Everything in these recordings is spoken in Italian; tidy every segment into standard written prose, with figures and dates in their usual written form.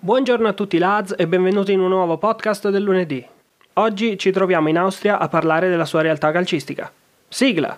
Buongiorno a tutti lads e benvenuti in un nuovo podcast del lunedì. Oggi ci troviamo in Austria a parlare della sua realtà calcistica. Sigla!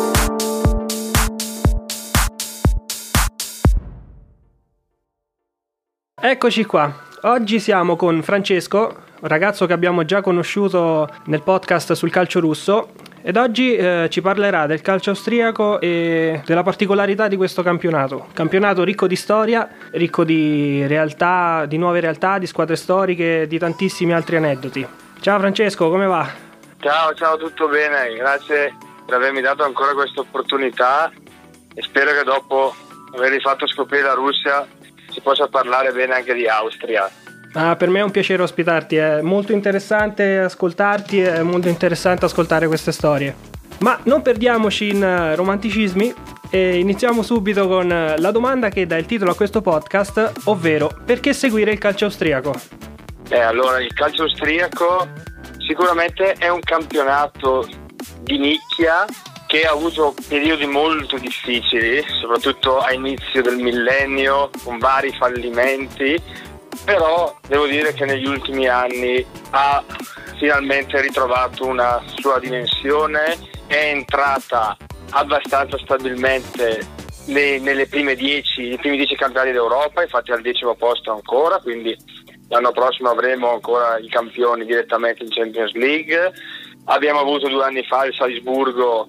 Eccoci qua. Oggi siamo con Francesco, un ragazzo che abbiamo già conosciuto nel podcast sul calcio russo, ed oggi ci parlerà del calcio austriaco e della particolarità di questo campionato. Campionato ricco di storia, ricco di realtà, di nuove realtà, di squadre storiche, di tantissimi altri aneddoti. Ciao Francesco, come va? Ciao, tutto bene, grazie per avermi dato ancora questa opportunità e spero che dopo avervi fatto scoprire la Russia si possa parlare bene anche di Austria. Per me è un piacere ospitarti, è molto interessante ascoltarti, è molto interessante ascoltare queste storie. Ma non perdiamoci in romanticismi e iniziamo subito con la domanda che dà il titolo a questo podcast, ovvero perché seguire il calcio austriaco? Allora, il calcio austriaco sicuramente è un campionato di nicchia che ha avuto periodi molto difficili, soprattutto a inizio del millennio, con vari fallimenti. Però devo dire che negli ultimi anni ha finalmente ritrovato una sua dimensione, è entrata abbastanza stabilmente nelle primi 10 campionati d'Europa, infatti al 10° posto ancora, quindi l'anno prossimo avremo ancora i campioni direttamente in Champions League. Abbiamo avuto 2 anni fa il Salisburgo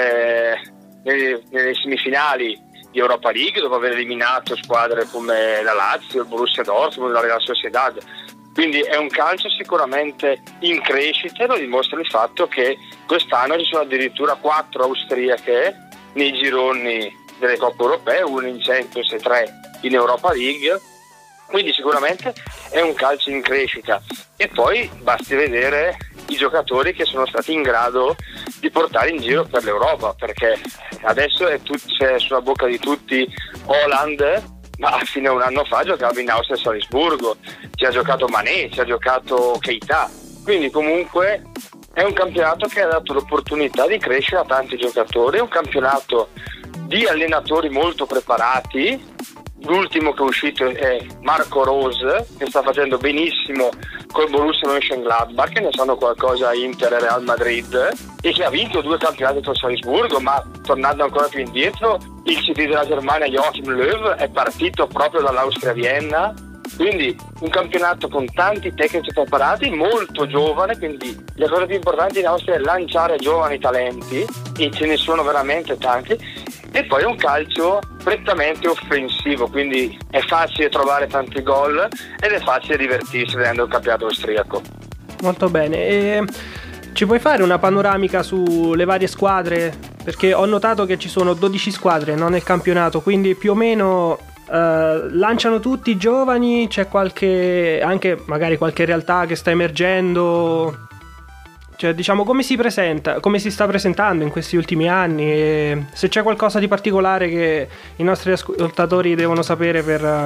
nelle semifinali di Europa League, dopo aver eliminato squadre come la Lazio, il Borussia Dortmund, la Real Sociedad. Quindi è un calcio sicuramente in crescita e lo dimostra il fatto che quest'anno ci sono addirittura 4 austriache nei gironi delle coppe europee, 1 in Champions e 3 in Europa League. Quindi sicuramente è un calcio in crescita e poi basti vedere i giocatori che sono stati in grado di portare in giro per l'Europa, perché adesso c'è sulla bocca di tutti Haaland, ma fino a un anno fa giocava in Austria e Salisburgo, ci ha giocato Mané, ci ha giocato Keita, quindi comunque è un campionato che ha dato l'opportunità di crescere a tanti giocatori, è un campionato di allenatori molto preparati. L'ultimo che è uscito è Marco Rose, che sta facendo benissimo col Borussia Mönchengladbach, che ne sanno qualcosa Inter e Real Madrid, e che ha vinto 2 campionati con Salisburgo. Ma tornando ancora più indietro, il CT della Germania Joachim Löw è partito proprio dall'Austria-Vienna, quindi un campionato con tanti tecnici preparati, molto giovane, quindi la cosa più importante in Austria è lanciare giovani talenti, e ce ne sono veramente tanti. E poi è un calcio prettamente offensivo, quindi è facile trovare tanti gol ed è facile divertirsi vedendo il campionato austriaco. Molto bene, e ci puoi fare una panoramica sulle varie squadre? Perché ho notato che ci sono 12 squadre, no, nel campionato, quindi più o meno lanciano tutti i giovani, c'è anche magari qualche realtà che sta emergendo. Cioè, diciamo, come si presenta, come si sta presentando in questi ultimi anni, e se c'è qualcosa di particolare che i nostri ascoltatori devono sapere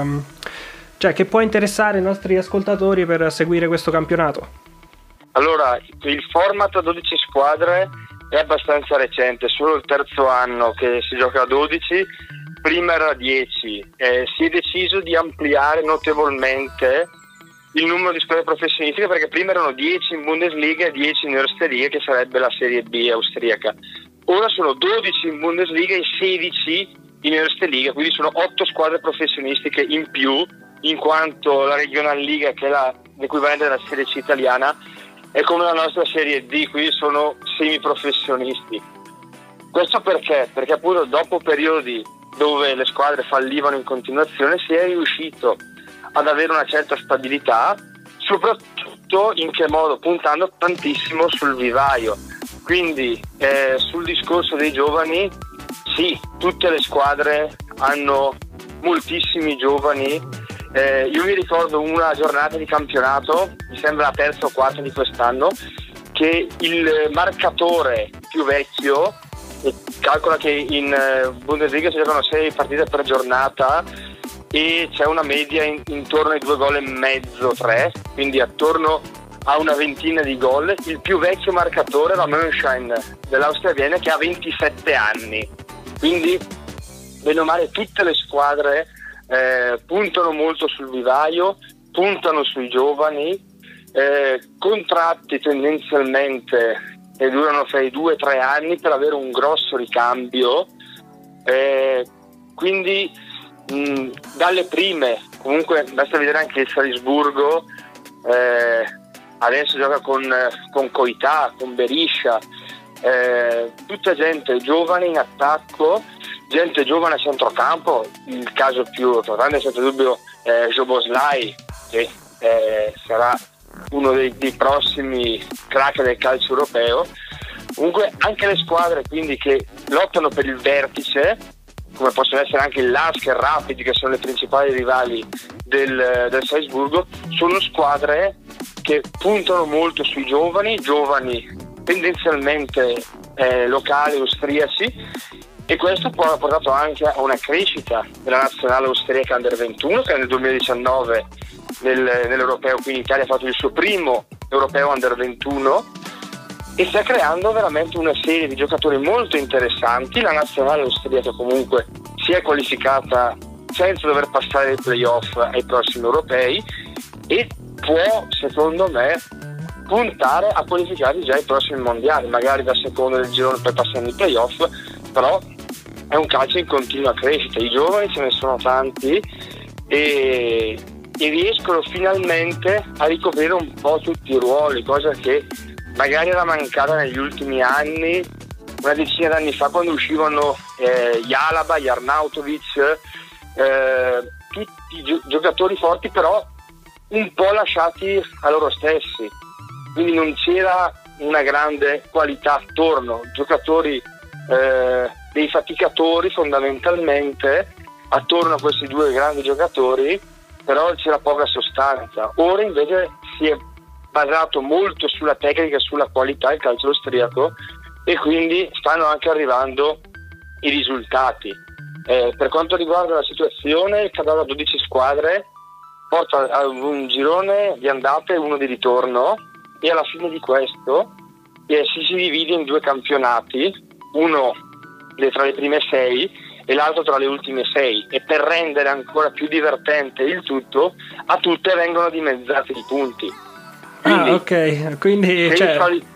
cioè che può interessare i nostri ascoltatori per seguire questo campionato. Allora, il format a 12 squadre è abbastanza recente, solo il 3° anno che si gioca a 12, prima era 10, si è deciso di ampliare notevolmente il numero di squadre professionistiche, perché prima erano 10 in Bundesliga e 10 in Erste Liga, che sarebbe la Serie B austriaca. Ora sono 12 in Bundesliga e 16 in Erste Liga, quindi sono 8 squadre professionistiche in più, in quanto la Regionalliga, che è l'equivalente della Serie C italiana, è come la nostra Serie D, quindi sono semiprofessionisti. Questo perché? Perché appunto dopo periodi dove le squadre fallivano in continuazione si è riuscito ad avere una certa stabilità, soprattutto in che modo? Puntando tantissimo sul vivaio. Quindi sul discorso dei giovani, sì, tutte le squadre hanno moltissimi giovani. Io mi ricordo una giornata di campionato, mi sembra la 3ª o 4ª di quest'anno, che il marcatore più vecchio, calcola che in Bundesliga si giocano 6 partite per giornata e c'è una media intorno ai 2,5 gol, 3, quindi attorno a una ventina di gol. Il più vecchio marcatore è la Mönchheim dell'Austria-Vienna, che ha 27 anni, quindi bene o male tutte le squadre puntano molto sul vivaio, puntano sui giovani, contratti tendenzialmente che durano fra i 2 e 3 anni per avere un grosso ricambio, quindi dalle prime, comunque basta vedere anche il Salisburgo, adesso gioca con Koita, con Berisha, tutta gente giovane in attacco, gente giovane a centrocampo. Il caso più importante senza dubbio è Szoboszlai, che sarà uno dei prossimi crack del calcio europeo. Comunque anche le squadre quindi che lottano per il vertice, come possono essere anche il Lask e il Rapid, che sono le principali rivali del Salisburgo, sono squadre che puntano molto sui giovani tendenzialmente locali, austriaci, e questo ha portato anche a una crescita della nazionale austriaca Under 21, che nel 2019 nell'Europeo qui in Italia ha fatto il suo primo Europeo Under 21 e sta creando veramente una serie di giocatori molto interessanti. La nazionale austriaca comunque si è qualificata senza dover passare i playoff ai prossimi europei e può, secondo me, puntare a qualificarsi già ai prossimi mondiali, magari da secondo del girone per passare nei playoff, però è un calcio in continua crescita, i giovani ce ne sono tanti e riescono finalmente a ricoprire un po' tutti i ruoli, cosa che magari era mancata negli ultimi anni, una decina d'anni fa, quando uscivano Jalaba, Arnautovic, tutti giocatori forti però un po' lasciati a loro stessi, quindi non c'era una grande qualità attorno, giocatori dei faticatori fondamentalmente attorno a questi due grandi giocatori, però c'era poca sostanza. Ora invece si è basato molto sulla tecnica e sulla qualità il calcio austriaco e quindi stanno anche arrivando i risultati. Per quanto riguarda la situazione, il campionato a 12 squadre porta a un girone di andata e uno di ritorno, e alla fine di questo si divide in 2 campionati, uno tra le prime 6 e l'altro tra le ultime 6, e per rendere ancora più divertente il tutto, a tutte vengono dimezzati i punti. Quindi, ok, quindi se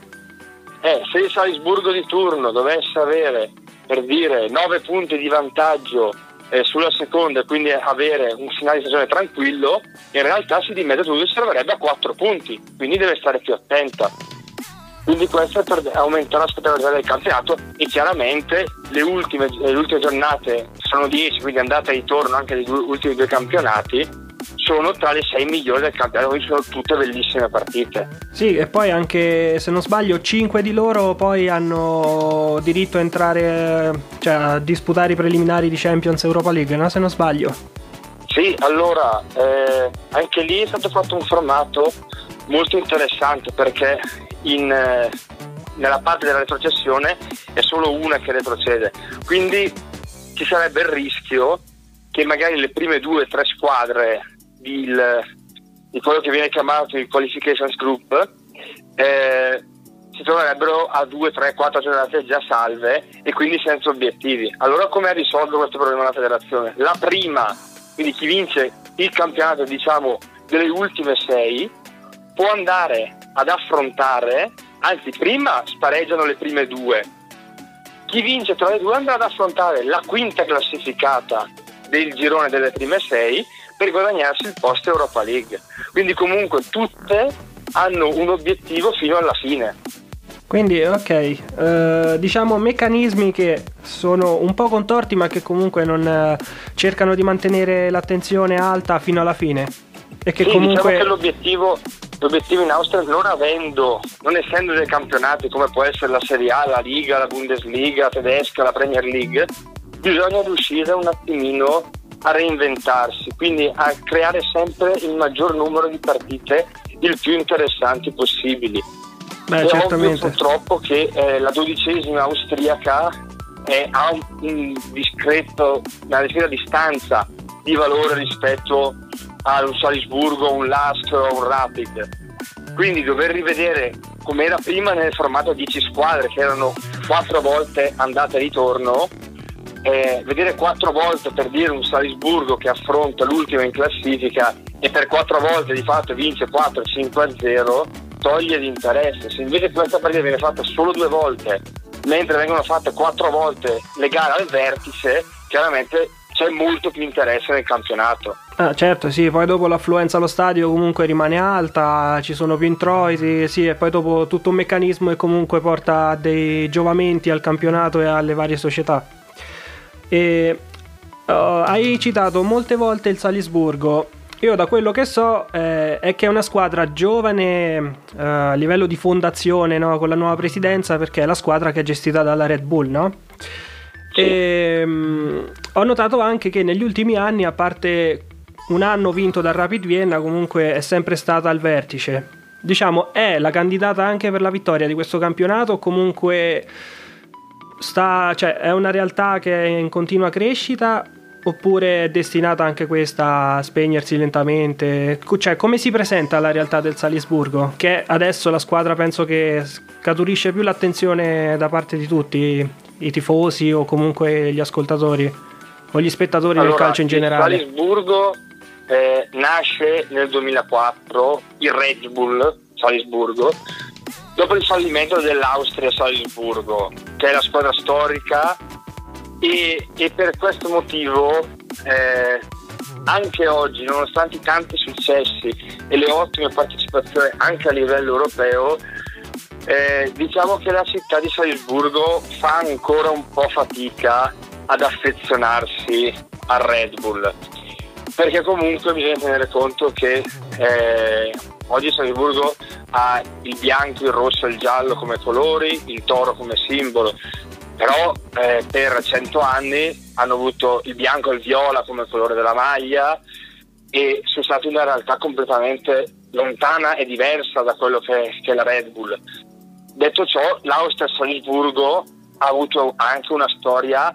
il Salisburgo di turno dovesse avere, per dire, 9 punti di vantaggio sulla seconda e quindi avere un finale di stagione tranquillo, in realtà si dimezza tutto e servirebbe a 4 punti, quindi deve stare più attenta. Quindi questo è per aumentare la spettacolarità del campionato, e chiaramente le ultime giornate sono 10, quindi andata e ritorno anche dei ultimi 2 campionati sono tra le 6 migliori del campionato, quindi sono tutte bellissime partite. Sì, e poi anche, se non sbaglio, 5 di loro poi hanno diritto a entrare, cioè a disputare i preliminari di Champions Europa League, no? Se non sbaglio. Sì, allora anche lì è stato fatto un formato molto interessante, perché nella parte della retrocessione è solo una che retrocede, quindi ci sarebbe il rischio che magari le prime 2 o 3 squadre di quello che viene chiamato il Qualifications Group si troverebbero a 2, 3, 4 giornate già salve e quindi senza obiettivi. Allora come ha risolto questo problema la federazione? La prima, quindi chi vince il campionato, diciamo, delle ultime 6 può andare ad affrontare, anzi prima spareggiano le prime 2, chi vince tra le 2 andrà ad affrontare la quinta classificata del girone delle prime 6 per guadagnarsi il posto Europa League. Quindi comunque tutte hanno un obiettivo fino alla fine. Quindi ok, diciamo meccanismi che sono un po' contorti, ma che comunque non cercano di mantenere l'attenzione alta fino alla fine, e che sì, comunque diciamo che l'obiettivo in Austria, non essendo dei campionati come può essere la Serie A, la Liga, la Bundesliga tedesca, la Premier League, bisogna riuscire un attimino a reinventarsi, quindi a creare sempre il maggior numero di partite il più interessanti possibili. È certamente ovvio purtroppo che la 12ª austriaca ha una discreta distanza di valore rispetto a un Salisburgo, un Lask o un Rapid, quindi dover rivedere come era prima nel formato 10 squadre, che erano 4 volte andata e ritorno, vedere 4 volte, per dire, un Salisburgo che affronta l'ultima in classifica e per 4 volte di fatto vince 4-5-0 toglie di interesse. Se invece questa partita viene fatta solo 2 volte, mentre vengono fatte 4 volte le gare al vertice, chiaramente c'è molto più interesse nel campionato. Certo, sì, poi dopo l'affluenza allo stadio comunque rimane alta, ci sono più introiti, sì, e poi dopo tutto un meccanismo che comunque porta a dei giovamenti al campionato e alle varie società. E hai citato molte volte il Salisburgo. Io da quello che so è che è una squadra giovane a livello di fondazione, no? Con la nuova presidenza, perché è la squadra che è gestita dalla Red Bull, no? Sì. E ho notato anche che negli ultimi anni, a parte un anno vinto dal Rapid Vienna, comunque è sempre stata al vertice. Diciamo, è la candidata anche per la vittoria di questo campionato, o comunque cioè, è una realtà che è in continua crescita, oppure è destinata anche questa a spegnersi lentamente? Cioè, come si presenta la realtà del Salisburgo, che adesso la squadra penso che scaturisce più l'attenzione da parte di tutti, i tifosi o comunque gli ascoltatori o gli spettatori del calcio in generale? Il Salisburgo nasce nel 2004, il Red Bull Salisburgo, dopo il fallimento dell'Austria Salisburgo, che è la squadra storica, e per questo motivo anche oggi, nonostante i tanti successi e le ottime partecipazioni anche a livello europeo, diciamo che la città di Salisburgo fa ancora un po' fatica ad affezionarsi al Red Bull, perché comunque bisogna tenere conto che oggi Salisburgo ha il bianco, il rosso e il giallo come colori, il toro come simbolo, però per 100 anni hanno avuto il bianco e il viola come colore della maglia e sono stati una realtà completamente lontana e diversa da quello che è la Red Bull. Detto ciò, l'Austria Salisburgo ha avuto anche una storia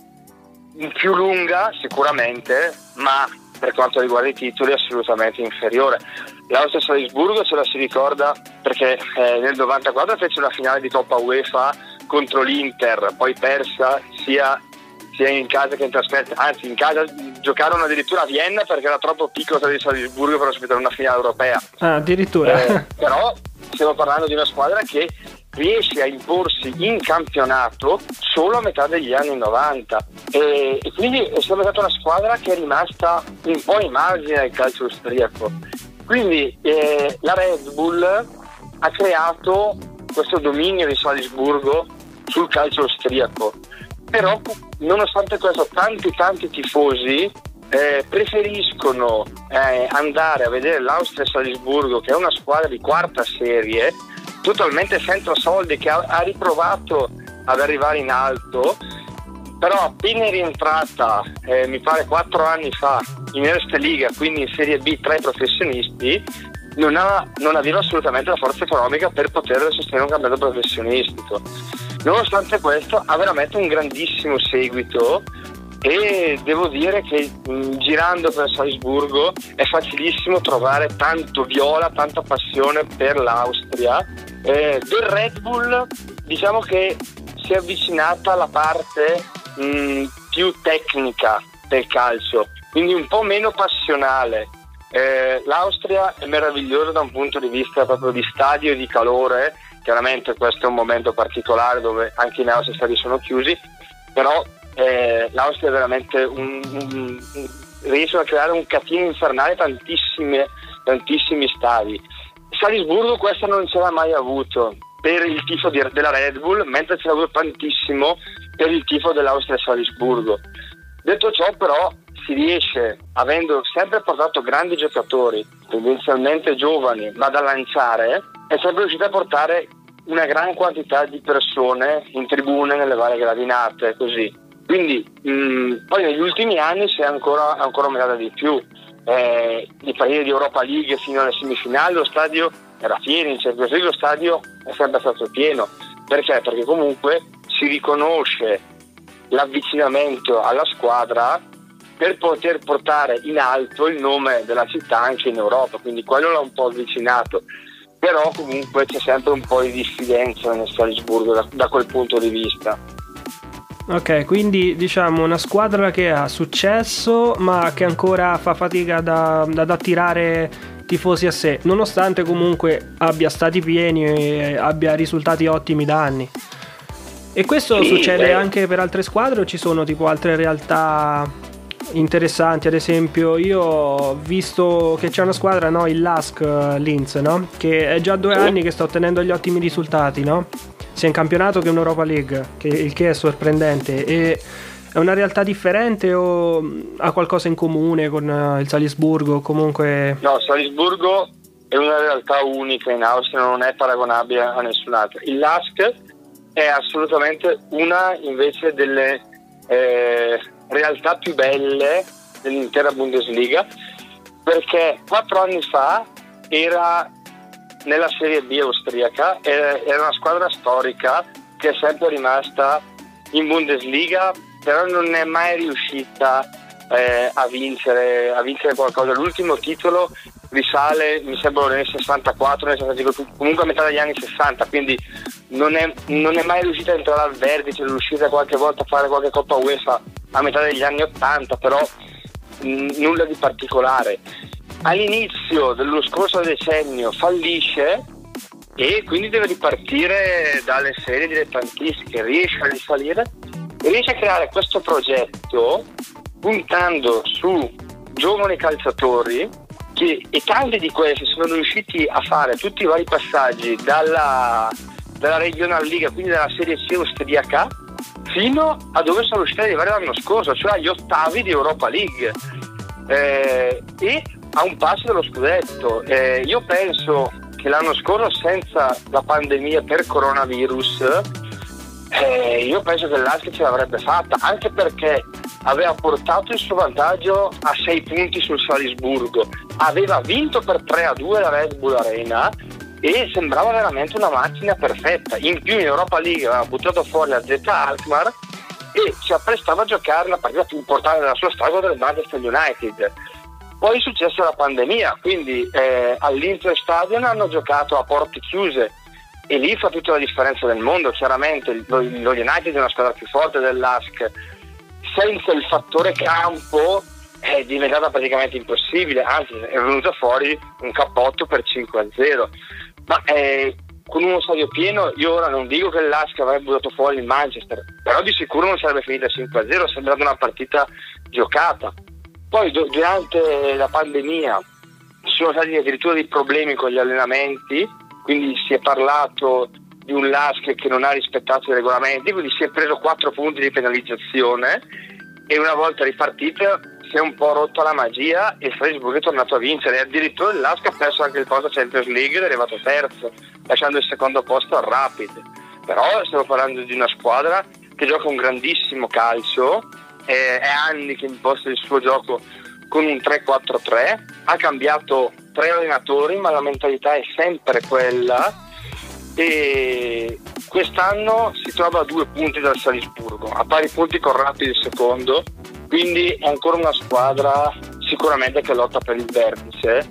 più lunga sicuramente, ma per quanto riguarda i titoli assolutamente inferiore. L'Austria Salisburgo ce la si ricorda perché nel 94 fece la finale di Coppa UEFA contro l'Inter, poi persa sia in casa che in trasferta, anzi in casa giocarono addirittura a Vienna perché era troppo piccola di Salisburgo per ospitare una finale europea. Addirittura. Però stiamo parlando di una squadra che riesce a imporsi in campionato solo a metà degli anni 90 e quindi è sempre stata una squadra che è rimasta un po' in margine del calcio austriaco. Quindi la Red Bull ha creato questo dominio di Salisburgo sul calcio austriaco, però nonostante questo tanti tifosi preferiscono andare a vedere l'Austria Salisburgo, che è una squadra di quarta serie totalmente senza soldi, che ha riprovato ad arrivare in alto, però appena è rientrata mi pare 4 anni fa in Erste Liga, quindi in Serie B tra i professionisti, non aveva assolutamente la forza economica per poter sostenere un campionato professionistico. Nonostante questo ha veramente un grandissimo seguito e devo dire che girando per Salisburgo è facilissimo trovare tanto viola, tanta passione per l'Austria. Del Red Bull diciamo che si è avvicinata alla parte più tecnica del calcio, quindi un po' meno passionale. L'Austria è meravigliosa da un punto di vista proprio di stadio e di calore. Chiaramente questo è un momento particolare dove anche in Austria gli stadi sono chiusi, però l'Austria è veramente riesce a creare un catino infernale, tantissimi stadi. Salisburgo questo non ce l'ha mai avuto per il tifo della Red Bull, mentre ce l'ha avuto tantissimo per il tifo dell'Austria Salisburgo. Detto ciò, però, si riesce, avendo sempre portato grandi giocatori, tendenzialmente giovani, ma da lanciare, è sempre riuscito a portare una gran quantità di persone in tribune nelle varie gradinate, così. Quindi poi negli ultimi anni si è ancora aumentato di più. I partite di Europa League fino alle semifinali lo stadio era pieno, in Champions League lo stadio è sempre stato pieno. Perché? Perché comunque si riconosce l'avvicinamento alla squadra per poter portare in alto il nome della città anche in Europa, quindi quello l'ha un po' avvicinato, però comunque c'è sempre un po' di diffidenza nel Salisburgo da quel punto di vista. Ok, quindi diciamo una squadra che ha successo ma che ancora fa fatica ad attirare tifosi a sé, nonostante comunque abbia stati pieni e abbia risultati ottimi da anni. E questo succede anche per altre squadre o ci sono tipo altre realtà interessanti? Ad esempio io ho visto che c'è una squadra, no? Il LASK Linz, no? Che è già 2 anni che sta ottenendo gli ottimi risultati, no? Sia in campionato che in Europa League, il che è sorprendente. E è una realtà differente o ha qualcosa in comune con il Salisburgo? Comunque no, Salisburgo è una realtà unica in Austria, non è paragonabile a nessun'altra. Il LASK è assolutamente una invece delle realtà più belle dell'intera Bundesliga, perché 4 anni fa era nella Serie B austriaca, era una squadra storica che è sempre rimasta in Bundesliga, però non è mai riuscita a vincere qualcosa. L'ultimo titolo risale, mi sembra, nel 64, comunque a metà degli anni 60, quindi non è mai riuscita a entrare al vertice, è riuscita qualche volta a fare qualche Coppa UEFA a metà degli anni 80, però nulla di particolare. All'inizio dello scorso decennio fallisce e quindi deve ripartire dalle serie dilettantistiche, riesce a risalire, riesce a creare questo progetto puntando su giovani calciatori e tanti di questi sono riusciti a fare tutti i vari passaggi dalla Regional League, quindi dalla Serie C austriaca, fino a dove sono riusciti ad arrivare l'anno scorso, cioè agli ottavi di Europa League, e a un passo dello scudetto. Io penso che l'anno scorso, senza la pandemia per coronavirus, io penso che l'Ask ce l'avrebbe fatta, anche perché aveva portato il suo vantaggio a 6 punti sul Salisburgo, aveva vinto per 3-2 la Red Bull Arena e sembrava veramente una macchina perfetta. In più in Europa League aveva buttato fuori la Z Alkmaar e si apprestava a giocare la partita più importante della sua storia del Manchester United. Poi è successa la pandemia, quindi all'Inter Stadion hanno giocato a porte chiuse e lì fa tutta la differenza del mondo. Chiaramente lo United è una squadra più forte dell'Ask, senza il fattore campo è diventata praticamente impossibile, anzi è venuto fuori un cappotto per 5-0, ma con uno stadio pieno io ora non dico che l'Ask avrebbe buttato fuori il Manchester, però di sicuro non sarebbe finita 5-0, è sembrata una partita giocata. Poi durante la pandemia ci sono stati addirittura dei problemi con gli allenamenti, quindi si è parlato di un LASK che non ha rispettato i regolamenti, quindi si è preso 4 punti di penalizzazione e una volta ripartita si è un po' rotta la magia e il Salisburgo è tornato a vincere, e addirittura il LASK ha perso anche il Copa Champions League ed è arrivato terzo, lasciando il secondo posto al Rapid. Però stiamo parlando di una squadra che gioca un grandissimo calcio, è anni che imposta il suo gioco con un 3-4-3, ha cambiato 3 allenatori ma la mentalità è sempre quella, e quest'anno si trova a 2 punti dal Salisburgo, a pari punti con Rapid il secondo, quindi è ancora una squadra sicuramente che lotta per il vertice.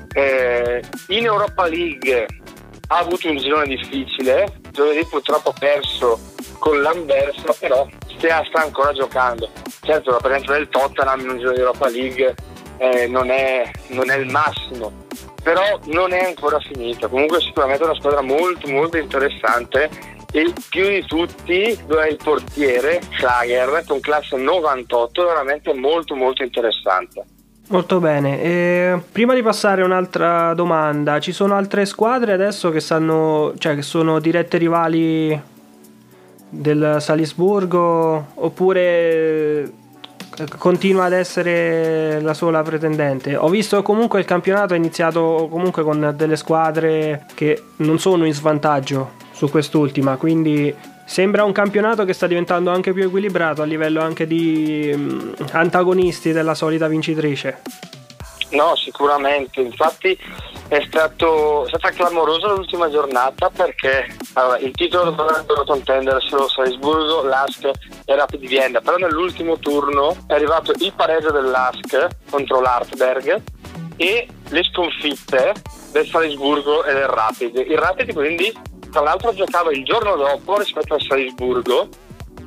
In Europa League ha avuto un girone difficile, dove purtroppo ha perso con l'Anversa, però sta ancora giocando. Certo, la presenza del Tottenham in un giro di Europa League non è il massimo, però non è ancora finita. Comunque sicuramente è una squadra molto molto interessante, e più di tutti lo è il portiere Schlager con classe 98, veramente molto molto interessante. Molto bene, e prima di passare a un'altra domanda, ci sono altre squadre adesso che che sono dirette rivali del Salisburgo, oppure continua ad essere la sola pretendente? Ho visto comunque il campionato è iniziato comunque con delle squadre che non sono in svantaggio su quest'ultima, quindi sembra un campionato che sta diventando anche più equilibrato a livello anche di antagonisti della solita vincitrice. No, sicuramente, infatti è stata clamorosa l'ultima giornata, perché il titolo dovrebbero contendere solo Salisburgo, l'Ask e Rapid Vienna, però nell'ultimo turno è arrivato il pareggio dell'Ask contro l'Artberg e le sconfitte del Salisburgo e del Rapid. Il Rapid quindi tra l'altro giocava il giorno dopo rispetto al Salisburgo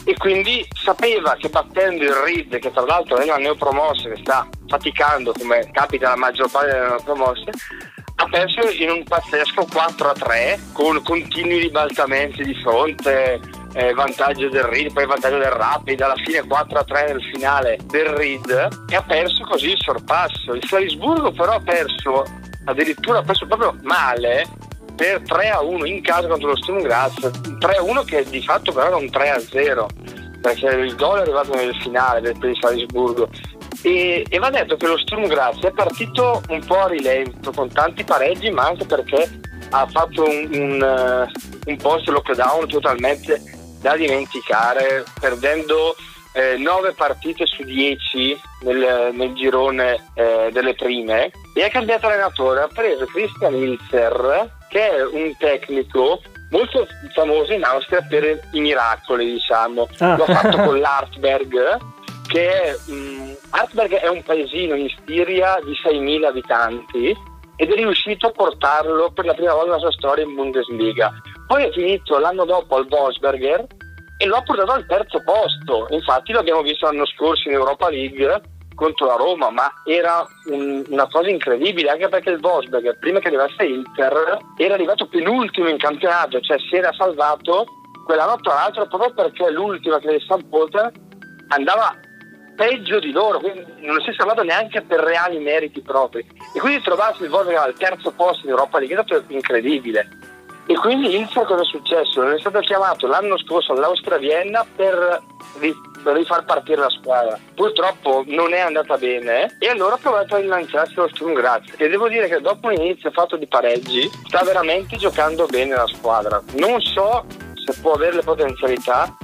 e quindi sapeva che battendo il Ried, che tra l'altro è una neopromossa che sta faticando come capita la maggior parte delle neopromosse, ha perso in un pazzesco 4-3 con continui ribaltamenti di fronte, vantaggio del Ried, poi vantaggio del Rapid, alla fine 4-3 nel finale del Ried, e ha perso così il sorpasso. Il Salisburgo però ha perso proprio male per 3-1 in casa contro lo Sturm Graz, 3-1 che di fatto però era un 3-0, perché il gol è arrivato nel finale per il Salisburgo. E va detto che lo Sturm Graz è partito un po' a rilento, con tanti pareggi, ma anche perché ha fatto un post-lockdown totalmente da dimenticare, perdendo 9 partite su 10 nel girone delle prime, e ha cambiato allenatore. Ha preso Christian Ilzer, che è un tecnico molto famoso in Austria per i miracoli, diciamo. L'ho fatto con l'Artberg, che Artberg è un paesino in Stiria di 6.000 abitanti, ed è riuscito a portarlo per la prima volta nella sua storia in Bundesliga. Poi è finito l'anno dopo al Wolfsberger e lo ha portato al terzo posto. Infatti l'abbiamo visto l'anno scorso in Europa League contro la Roma, ma era una cosa incredibile, anche perché il Wolfsberger, prima che arrivasse Inter, era arrivato penultimo in campionato, cioè si era salvato quell'anno, tra l'altro proprio perché l'ultima, che è il St. Pölten, andava peggio di loro, quindi non si è salvato neanche per reali meriti propri, e quindi trovarsi il Wolfsberger al terzo posto in Europa League è stato incredibile. E quindi Inter, cosa è successo? È stato chiamato l'anno scorso all'Austria Vienna per rifar partire la squadra. Purtroppo non è andata bene, e allora ha provato a rilanciarsi lo Sturm Graz, e devo dire che dopo un inizio fatto di pareggi sta veramente giocando bene la squadra. Non so se può avere le potenzialità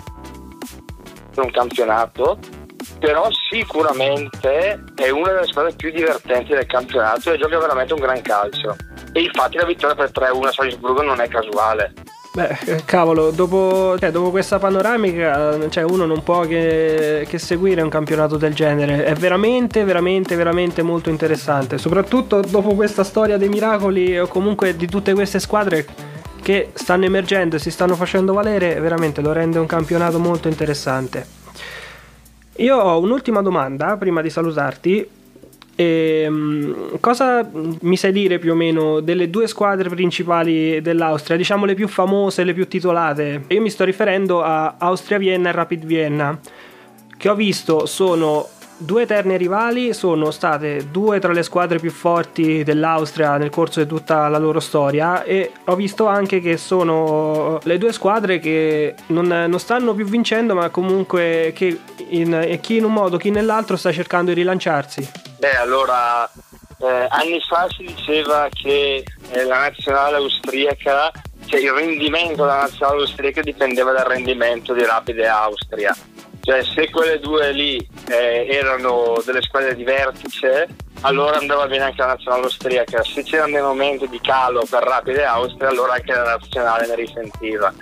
per un campionato, però sicuramente è una delle squadre più divertenti del campionato e gioca veramente un gran calcio. E infatti la vittoria per 3-1 a Salisburgo non è casuale. Beh, cavolo, dopo questa panoramica, uno non può che seguire un campionato del genere. È veramente, veramente, veramente molto interessante, soprattutto dopo questa storia dei miracoli, o comunque di tutte queste squadre che stanno emergendo e si stanno facendo valere. Veramente lo rende un campionato molto interessante. Io ho un'ultima domanda prima di salutarti. Cosa mi sai dire più o meno delle due squadre principali dell'Austria, diciamo le più famose, le più titolate? Io mi sto riferendo a Austria Vienna e Rapid Vienna, che ho visto sono due eterne rivali, sono state due tra le squadre più forti dell'Austria nel corso di tutta la loro storia, e ho visto anche che sono le due squadre che non stanno più vincendo, ma comunque che chi in un modo chi nell'altro sta cercando di rilanciarsi. Beh, allora, anni fa si diceva che la nazionale austriaca, cioè il rendimento della nazionale austriaca dipendeva dal rendimento di Rapid e Austria. Cioè, se quelle due lì erano delle squadre di vertice, allora andava bene anche la nazionale austriaca. Se c'erano dei momenti di calo per Rapid e Austria, allora anche la nazionale ne risentiva.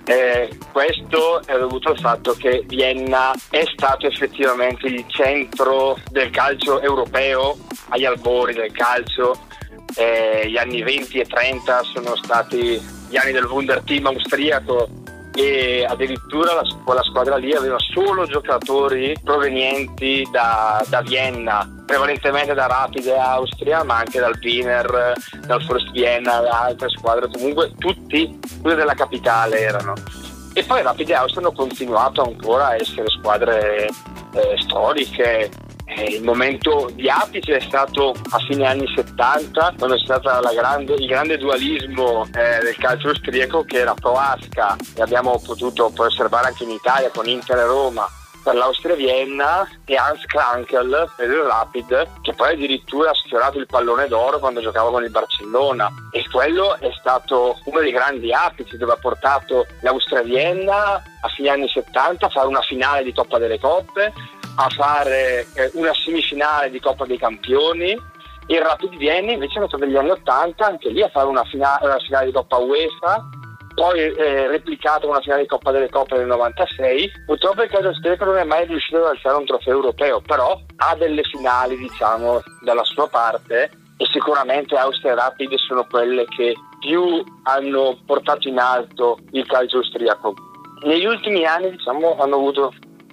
Questo è dovuto al fatto che Vienna è stato effettivamente il centro del calcio europeo, agli albori del calcio. Gli anni 20 e 30 sono stati gli anni del Wunderteam austriaco, e addirittura quella squadra lì aveva solo giocatori provenienti da Vienna, prevalentemente da Rapid e Austria, ma anche dal Wiener, dal Forst Vienna, da altre squadre, comunque tutti della capitale erano. E poi Rapid e Austria hanno continuato ancora a essere squadre storiche. Il momento di apice è stato a fine anni 70, quando c'è stato il grande dualismo del calcio austriaco, che era pro-Asca, e abbiamo potuto poi osservare anche in Italia con Inter e Roma per l'Austria Vienna, e Hans Krankel per il Rapid, che poi addirittura ha sfiorato il pallone d'oro quando giocava con il Barcellona. E quello è stato uno dei grandi apici, dove ha portato l'Austria Vienna a fine anni 70 a fare una finale di Coppa delle Coppe, a fare una semifinale di Coppa dei Campioni. Il Rapid Vienna invece è andato negli anni 80 anche lì a fare una finale di Coppa UEFA, poi replicato con una finale di Coppa delle Coppe nel 96. Purtroppo il calcio austriaco non è mai riuscito ad alzare un trofeo europeo, però ha delle finali, diciamo, dalla sua parte, e sicuramente Austria e Rapid sono quelle che più hanno portato in alto il calcio austriaco. Negli ultimi anni, diciamo, hanno avuto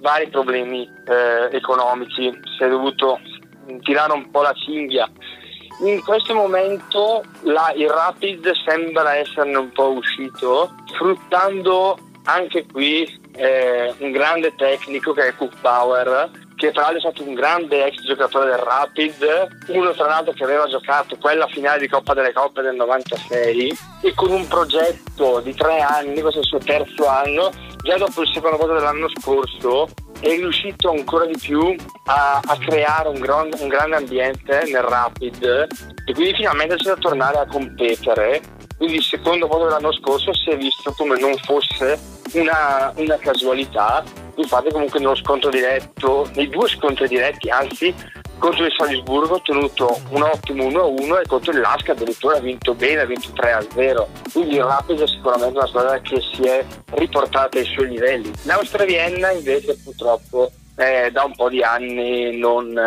vari problemi economici, si è dovuto tirare un po' la cinghia. In questo momento il Rapid sembra esserne un po' uscito, sfruttando anche qui un grande tecnico che è Cook Bauer, che tra l'altro è stato un grande ex giocatore del Rapid, uno tra l'altro che aveva giocato quella finale di Coppa delle Coppe del 96, e con un progetto di 3 anni, questo è il suo terzo anno, già dopo il secondo voto dell'anno scorso è riuscito ancora di più a creare un grande ambiente nel Rapid, e quindi finalmente c'è da tornare a competere. Quindi il secondo voto dell'anno scorso si è visto come non fosse una casualità. Infatti comunque nello scontro diretto, nei 2 scontri diretti, anzi contro il Salisburgo ha ottenuto un ottimo 1-1 e contro il Lask addirittura ha vinto bene, ha vinto 3-0. Quindi il Rapid è sicuramente una squadra che si è riportata ai suoi livelli. L'Austria Vienna invece purtroppo da un po' di anni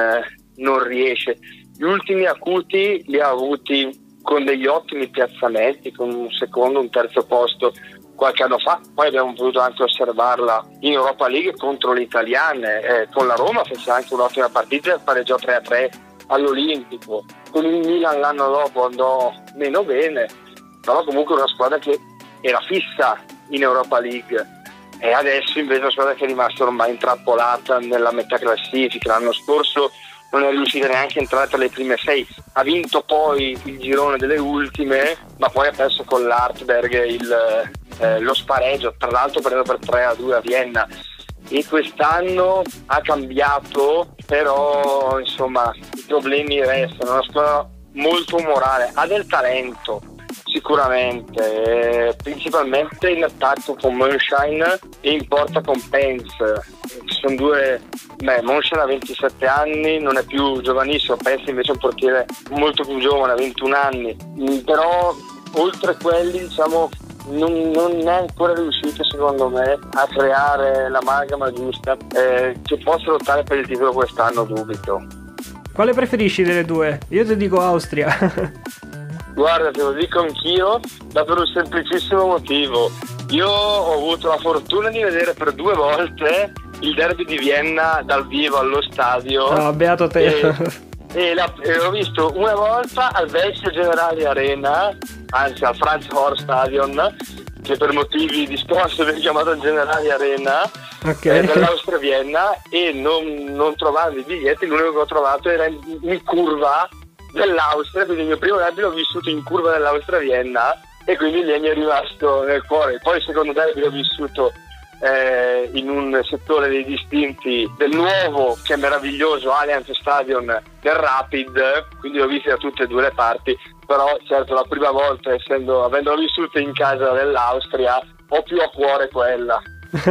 non riesce. Gli ultimi acuti li ha avuti con degli ottimi piazzamenti, con un secondo, un terzo posto qualche anno fa. Poi abbiamo potuto anche osservarla in Europa League contro le italiane, con la Roma fece anche un'ottima partita e pareggiò 3-3 all'Olimpico. Con il Milan l'anno dopo andò meno bene, però comunque una squadra che era fissa in Europa League, e adesso invece è una squadra che è rimasta ormai intrappolata nella metà classifica. L'anno scorso non è riuscita neanche a entrare tra le prime 6, ha vinto poi il girone delle ultime, ma poi ha perso con l'Artberg lo spareggio, tra l'altro prendendo per 3-2 a Vienna. E quest'anno ha cambiato, però insomma i problemi restano. È una squadra molto umorale, ha del talento sicuramente, principalmente in attacco con Monshine e in porta con Pence. Sono due, Monshine ha 27 anni, non è più giovanissimo, Pence invece è un portiere molto più giovane, ha 21 anni, però oltre quelli diciamo non è ancora riuscito secondo me a creare l'amalgama giusta che possa lottare per il titolo quest'anno, dubito. Quale preferisci delle due? Io ti dico Austria. Guarda, te lo dico anch'io, ma per un semplicissimo motivo. Io ho avuto la fortuna di vedere per 2 volte il derby di Vienna dal vivo allo stadio. No, beato te. E l'ho visto una volta al vecchio Generali Arena, anzi al Franz Horst Stadion, che per motivi di sponsor viene chiamato Generali Arena, okay. Dell'Austria Vienna, e non trovando i biglietti, l'unico che ho trovato era in curva dell'Austria, quindi il mio primo derby l'ho vissuto in curva dell'Austria Vienna, e quindi lì mi è rimasto nel cuore. Poi il secondo derby l'ho vissuto in un settore dei distinti del nuovo, che è meraviglioso, Allianz Stadion del Rapid, quindi l'ho visto da tutte e 2 le parti. Però certo la prima volta, avendolo vissuto in casa dell'Austria, ho più a cuore quella.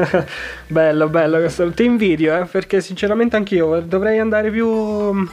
bello questo. Ti invidio, perché sinceramente anch'io dovrei andare più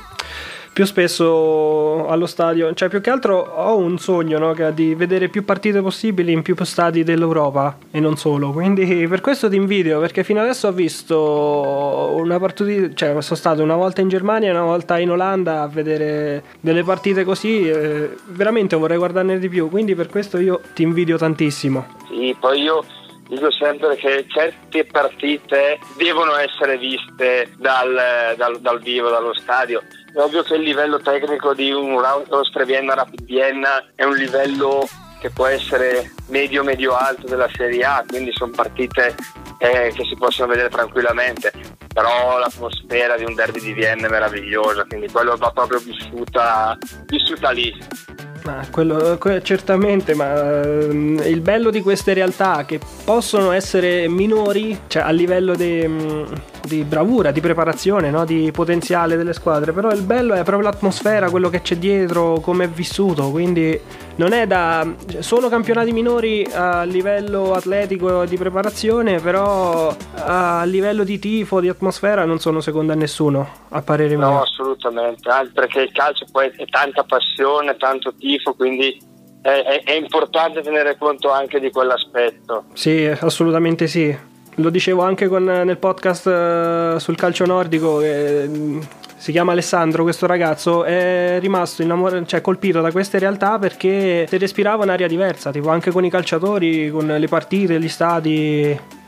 spesso allo stadio. Cioè, più che altro ho un sogno, no? Che è di vedere più partite possibili in più stadi dell'Europa e non solo. Quindi per questo ti invidio, perché fino adesso ho visto una partita, cioè sono stato una volta in Germania e una volta in Olanda a vedere delle partite così, veramente vorrei guardarne di più, quindi per questo io ti invidio tantissimo. Sì, poi io dico sempre che certe partite devono essere viste dal vivo, dallo stadio. È ovvio che il livello tecnico di un Austria Vienna Rapid Vienna è un livello che può essere medio-alto della Serie A, quindi sono partite che si possono vedere tranquillamente, però l'atmosfera di un derby di Vienna è meravigliosa, quindi quello va proprio vissuta lì. Quello certamente, ma il bello di queste realtà, che possono essere minori, cioè a livello di bravura, di preparazione, no? Di potenziale delle squadre, però il bello è proprio l'atmosfera, quello che c'è dietro, come è vissuto. Quindi non è sono campionati minori a livello atletico e di preparazione, però a livello di tifo, di atmosfera non sono secondo a nessuno, a parere mio. No, assolutamente, anche perché il calcio poi è tanta passione, tanto tifo, quindi è importante tenere conto anche di quell'aspetto. Sì, assolutamente sì. Lo dicevo anche nel podcast sul calcio nordico, che si chiama Alessandro, questo ragazzo è rimasto colpito da queste realtà perché si respirava un'aria diversa, tipo anche con i calciatori, con le partite, gli stadi.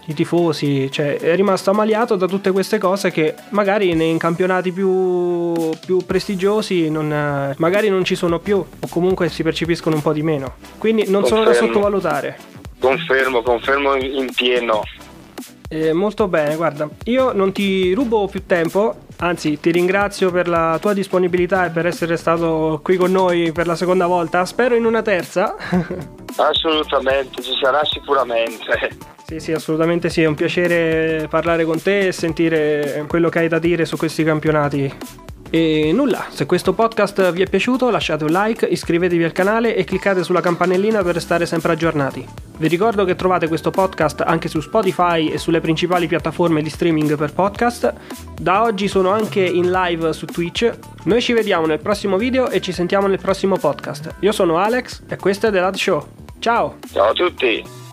i tifosi, cioè è rimasto ammaliato da tutte queste cose che magari in campionati più prestigiosi magari non ci sono più, o comunque si percepiscono un po' di meno, quindi non sono da sottovalutare. Confermo in pieno. Molto bene, guarda, io non ti rubo più tempo, anzi ti ringrazio per la tua disponibilità e per essere stato qui con noi per la seconda volta, spero in una terza. Assolutamente, ci sarà sicuramente. Sì, assolutamente sì, è un piacere parlare con te e sentire quello che hai da dire su questi campionati. E nulla, se questo podcast vi è piaciuto lasciate un like, iscrivetevi al canale e cliccate sulla campanellina per restare sempre aggiornati. Vi ricordo che trovate questo podcast anche su Spotify e sulle principali piattaforme di streaming per podcast. Da oggi sono anche in live su Twitch. Noi ci vediamo nel prossimo video e ci sentiamo nel prossimo podcast. Io sono Alex e questo è The Lad Show. Ciao! Ciao a tutti!